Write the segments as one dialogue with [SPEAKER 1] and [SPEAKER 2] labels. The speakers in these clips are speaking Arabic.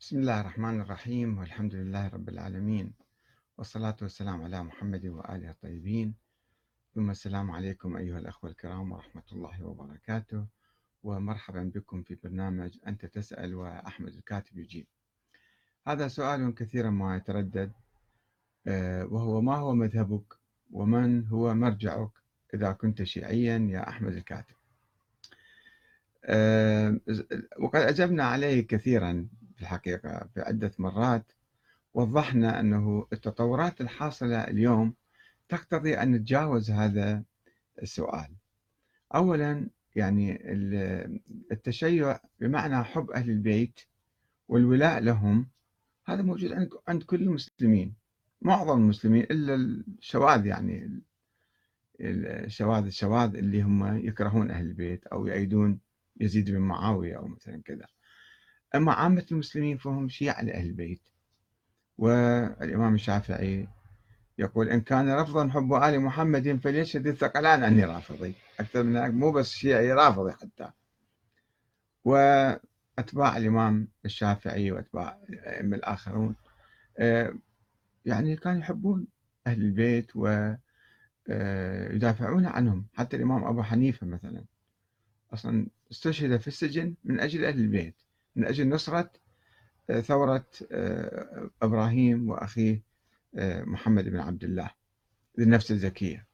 [SPEAKER 1] بسم الله الرحمن الرحيم والحمد لله رب العالمين والصلاة والسلام على محمد وآله الطيبين ثم السلام عليكم أيها الأخوة الكرام ورحمة الله وبركاته ومرحبا بكم في برنامج أنت تسأل وأحمد الكاتب يجيب. هذا سؤال كثيرا ما يتردد، وهو ما هو مذهبك ومن هو مرجعك إذا كنت شيعيا يا أحمد الكاتب؟ وقد أجبنا عليه كثيرا في الحقيقة في عدة مرات. وضحنا أنه التطورات الحاصلة اليوم تقتضي أن نتجاوز هذا السؤال. أولا يعني التشيع بمعنى حب أهل البيت والولاء لهم، هذا موجود عند كل المسلمين، معظم المسلمين إلا الشواذ، يعني الشواذ اللي هم يكرهون أهل البيت أو يأيدون يزيد بن معاوية أو مثلا كذا. أما عامة المسلمين فهم شيعة لأهل البيت. والإمام الشافعي يقول: إن كان رفضا حب آل محمد فليشهد الثقلان أني رافضي. أكثر من هيك، مو بس شيعي، رافضي حتى. وأتباع الإمام الشافعي وأتباع الأئمة الآخرون يعني كانوا يحبون أهل البيت ويدافعون عنهم. حتى الإمام أبو حنيفة مثلا أصلا استشهد في السجن من أجل أهل البيت، من أجل نصرة ثورة إبراهيم وأخيه محمد بن عبد الله ذي النفس الزكية.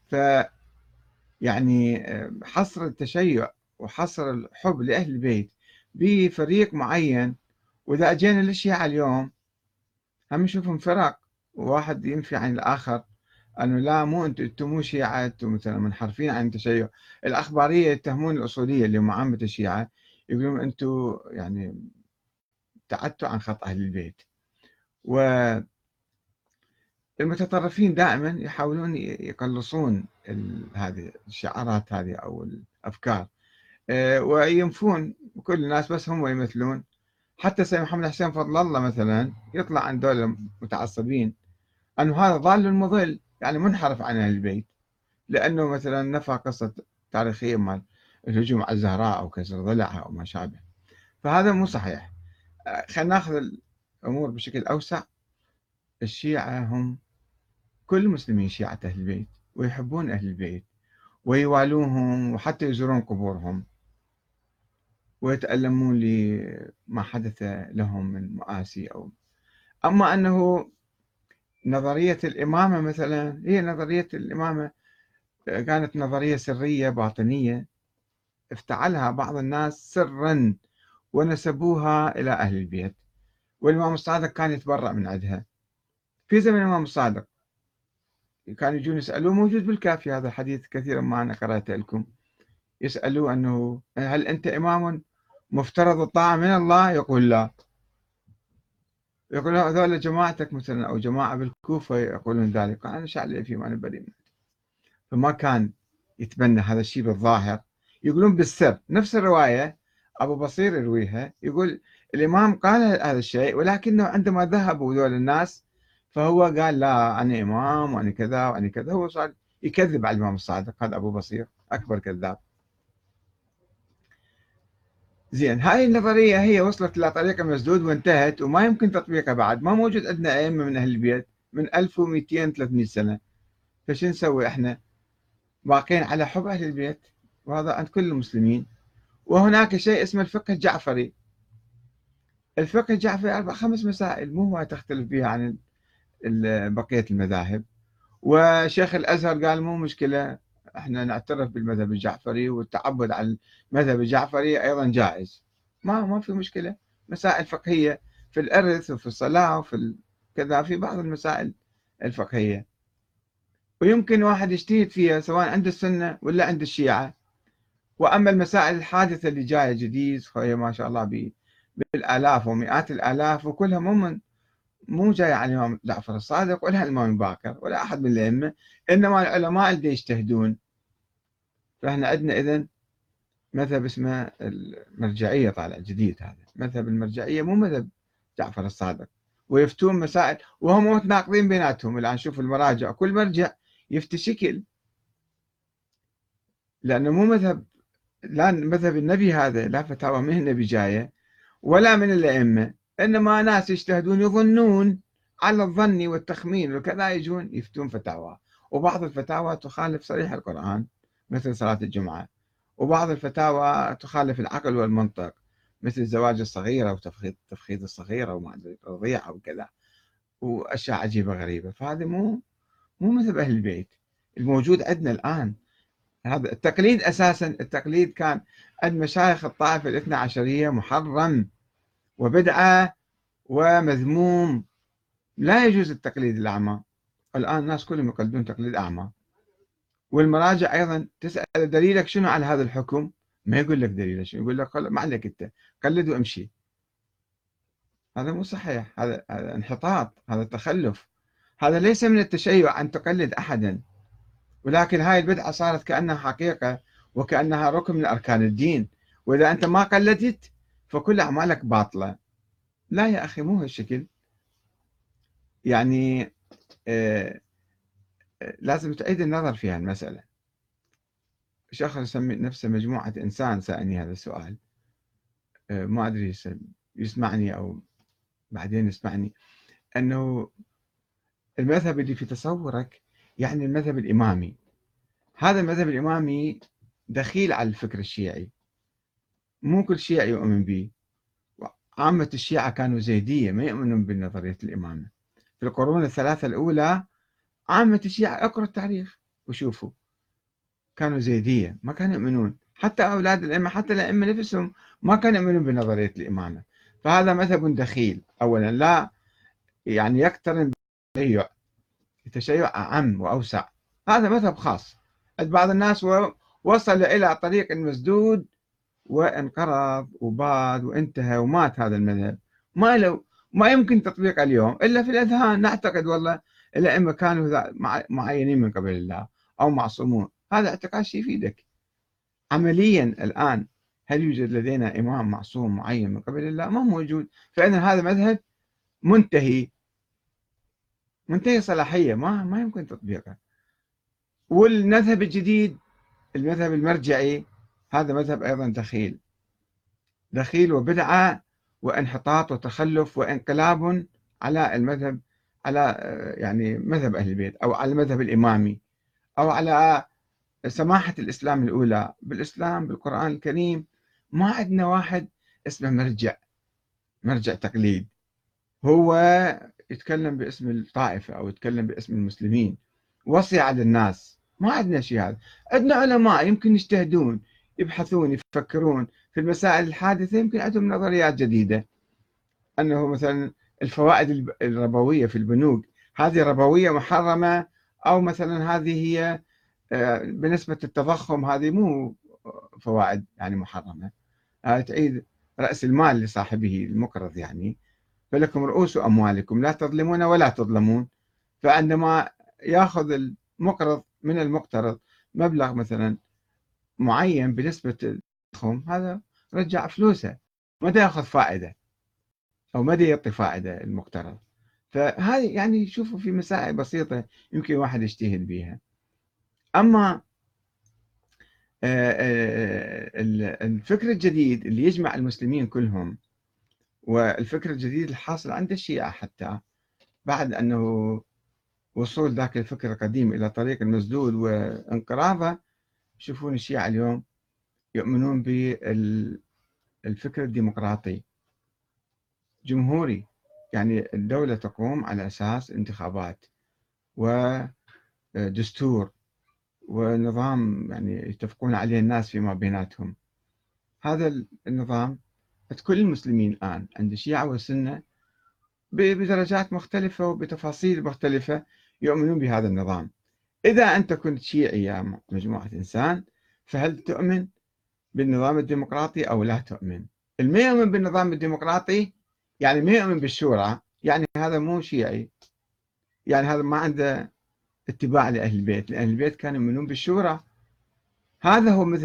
[SPEAKER 1] يعني حصر التشيع وحصر الحب لأهل البيت بفريق معين. وإذا أجينا للشيعة اليوم هم نشوفهم فرق، وواحد ينفي عن الآخر أنه لا، مو أنتم مو شيعة، أنتم مثلا منحرفين عن التشيع. الأخبارية يتهمون الأصولية اللي هم عامة الشيعة، يقولون أنتم يعني ابتعدتوا عن خط أهل البيت. والمتطرفين دائما يحاولون يقلصون هذه الشعارات هذه أو الأفكار، وينفون كل الناس، بس هم يمثلون. حتى سيد محمد حسين فضل الله مثلا يطلع عن دول المتعصبين أنه هذا ضال مضل، يعني منحرف عن أهل البيت، لأنه مثلا نفى قصة تاريخية مال الهجوم على الزهراء أو كسر ضلعها أو ما شابه. فهذا مو صحيح. خلينا ناخذ الأمور بشكل أوسع. الشيعة هم كل المسلمين شيعة أهل البيت، ويحبون أهل البيت ويوالوهم وحتى يزورون قبورهم ويتألمون لما حدث لهم من مآسي. أما أنه نظرية الإمامة مثلا، هي نظرية الإمامة كانت نظرية سرية باطنية افتعلها بعض الناس سرا ونسبوها إلى أهل البيت، والإمام الصادق كان يتبرأ من عندها. في زمن الإمام الصادق كانوا يجون يسألوه، موجود بالكافي هذا الحديث كثيرا ما أنا قرأته لكم، يسألوه أنه هل أنت إمام مفترض الطاعة من الله؟ يقول لا. يقول هذول جماعتك مثلا أو جماعة بالكوفة يقولون ذلك، أنا ايش علي فيهم، أنا بريء منه. فما كان يتبنى هذا الشيء بالظاهر، يقولون بالسر. نفس الرواية أبو بصير يرويها، يقول الإمام قال هذا الشيء، ولكنه عندما ذهبوا ذول الناس فهو قال لا، أنا إمام وأنا كذا وأنا كذا. هو صار يكذب على الإمام الصادق، هذا أبو بصير أكبر كذاب. زين، هاي النظرية هي وصلت إلى طريق مسدود وانتهت وما يمكن تطبيقها بعد. ما موجود عندنا أئمة من أهل البيت من 1200 300 سنة. فشو نسوي إحنا؟ باقين على حب أهل البيت، وهذا عند كل المسلمين. وهناك شيء اسمه الفقه الجعفري. الفقه الجعفري أربع خمس مسائل، مو ما تختلف بها عن بقية المذاهب. وشيخ الأزهر قال مو مشكلة، احنا نعترف بالمذهب الجعفري، والتعبد على المذهب الجعفري أيضا جائز، ما في مشكلة. مسائل فقهية في الإرث وفي الصلاة وفي كذا، في بعض المسائل الفقهية ويمكن واحد يجتهد فيها سواء عند السنة ولا عند الشيعة. وأما المسائل الحادثة اللي جاية جديد، فهي ما شاء الله بالآلاف ومئات الآلاف، وكلها مو جاية عن الإمام جعفر الصادق ولا الإمام الباقر ولا أحد من الأئمة، إنما العلماء اللي يجتهدون. فإحنا عندنا إذن مذهب اسمه المرجعية طالع جديد. هذا مذهب المرجعية، مو مذهب جعفر الصادق. ويفتون مسائل وهم متناقضين بيناتهم. الآن شوف المراجع، كل مرجع يفتي شكل، لأنه مو مذهب، لا مذهب النبي هذا، لا فتاوى من النبي جاية ولا من الأئمة. إنما ناس يجتهدون يظنون على الظن والتخمين وكذا يجون يفتون فتاوى، وبعض الفتاوى تخالف صريح القرآن مثل صلاة الجمعة، وبعض الفتاوى تخالف العقل والمنطق مثل زواج الصغيرة وتفخيذ الصغيرة وما أدري الرضيعة وكذا، وأشياء عجيبة غريبة. فهذا مو مثل أهل البيت الموجود عندنا الآن. هذا التقليد أساسا، التقليد كان عند مشايخ الطائفة الاثنى عشرية محرم وبدعة ومذموم، لا يجوز التقليد الأعمى. الآن الناس كلهم يقلدون تقليد أعمى. والمراجع أيضا تسأل دليلك شنو على هذا الحكم، ما يقول لك دليله شنو، يقول لك ما عليك أنت قلد وامشي. هذا مو صحيح، هذا انحطاط، هذا تخلف. هذا ليس من التشيع أن تقلد أحدا، ولكن هاي البدعة صارت كأنها حقيقة وكأنها ركن من أركان الدين، وإذا أنت ما قلدت فكل أعمالك باطلة. لا يا أخي، مو هالشكل. يعني آه لازم تعيد النظر في هالمسألة. شخص يسمي نفسه مجموعة إنسان سألني هذا السؤال، ما أدري يسمعني أو بعدين يسمعني، أنه المذهب اللي في تصورك يعني المذهب الإمامي، هذا المذهب الإمامي دخيل على الفكر الشيعي، مو كل شيعي يؤمن به. عامة الشيعة كانوا زيدية، ما يؤمنون بنظرية الإمامة. في القرون الثلاثة الأولى عامة الشيعة، اقرأ التاريخ وشوفوا، كانوا زيدية، ما كانوا يؤمنون. حتى أولاد الأئمة، حتى الأئمة نفسهم ما كانوا يؤمنون بنظرية الإمامة. فهذا مذهب دخيل أولا، لا يعني يقترن بالتشيع، التشيع أعم وأوسع. هذا مذهب خاص عند بعض الناس، ووصل إلى طريق مسدود وانقرض وباد وانتهى ومات. هذا المذهب ما يمكن تطبيقه اليوم إلا في الأذهان. نعتقد والله الأئمة كانوا معينين من قبل الله أو معصومون، هذا اعتقاد شيء يفيدك. عمليا الآن هل يوجد لدينا إمام معصوم معين من قبل الله؟ ما موجود. فإذا هذا مذهب منتهي صلاحية، ما يمكن تطبيقه. والمذهب الجديد، المذهب المرجعي، هذا مذهب أيضا دخيل وبدعة وانحطاط وتخلف وانقلاب على المذهب، على يعني مذهب أهل البيت أو على المذهب الإمامي أو على سماحة الإسلام الأولى. بالإسلام بالقرآن الكريم ما عندنا واحد اسمه مرجع تقليد، هو يتكلم باسم الطائفة أو يتكلم باسم المسلمين، وصي على الناس. ما عندنا شيء هذا. عندنا علماء يمكن يجتهدون، يبحثون، يفكرون في المسائل الحادثة، يمكن عندهم نظريات جديدة، أنه مثلا الفوائد الربوية في البنوك هذه ربوية محرمة، أو مثلا هذه هي بنسبة التضخم، هذه مو فوائد يعني محرمة، تعيد رأس المال لصاحبه المقرض. يعني فلكم رؤوس أموالكم لا تظلمون ولا تظلمون. فعندما يأخذ المقرض من المقترض مبلغ مثلا معين بنسبة التضخم، هذا رجع فلوسه، متى يأخذ فائدة أو متى يعطي فائدة المقترض. فهذه يعني شوفوا في مسائل بسيطة يمكن واحد يجتهد بها. أما الفكر الجديد اللي يجمع المسلمين كلهم، والفكر الجديد الحاصل عند الشيعة حتى بعد أنه وصول ذاك الفكر القديم إلى طريق المسدود وانقراضه، يشوفون الشيعة اليوم يؤمنون بالفكر الديمقراطي جمهوري، يعني الدولة تقوم على أساس انتخابات ودستور ونظام يعني يتفقون عليه الناس فيما بيناتهم. هذا النظام عند كل المسلمين الآن، عند الشيعة والسنة بدرجات مختلفة وبتفاصيل مختلفة يؤمنون بهذا النظام. إذا أنت كنت شيعي يا مجموعة إنسان، فهل تؤمن بالنظام الديمقراطي أو لا تؤمن؟ اللي ما يؤمن بالنظام الديمقراطي يعني ما يؤمن بالشورى، يعني هذا مو شيعي، يعني هذا ما عنده اتباع لأهل البيت، لأن أهل البيت كانوا يؤمنون بالشورى. هذا هو مثل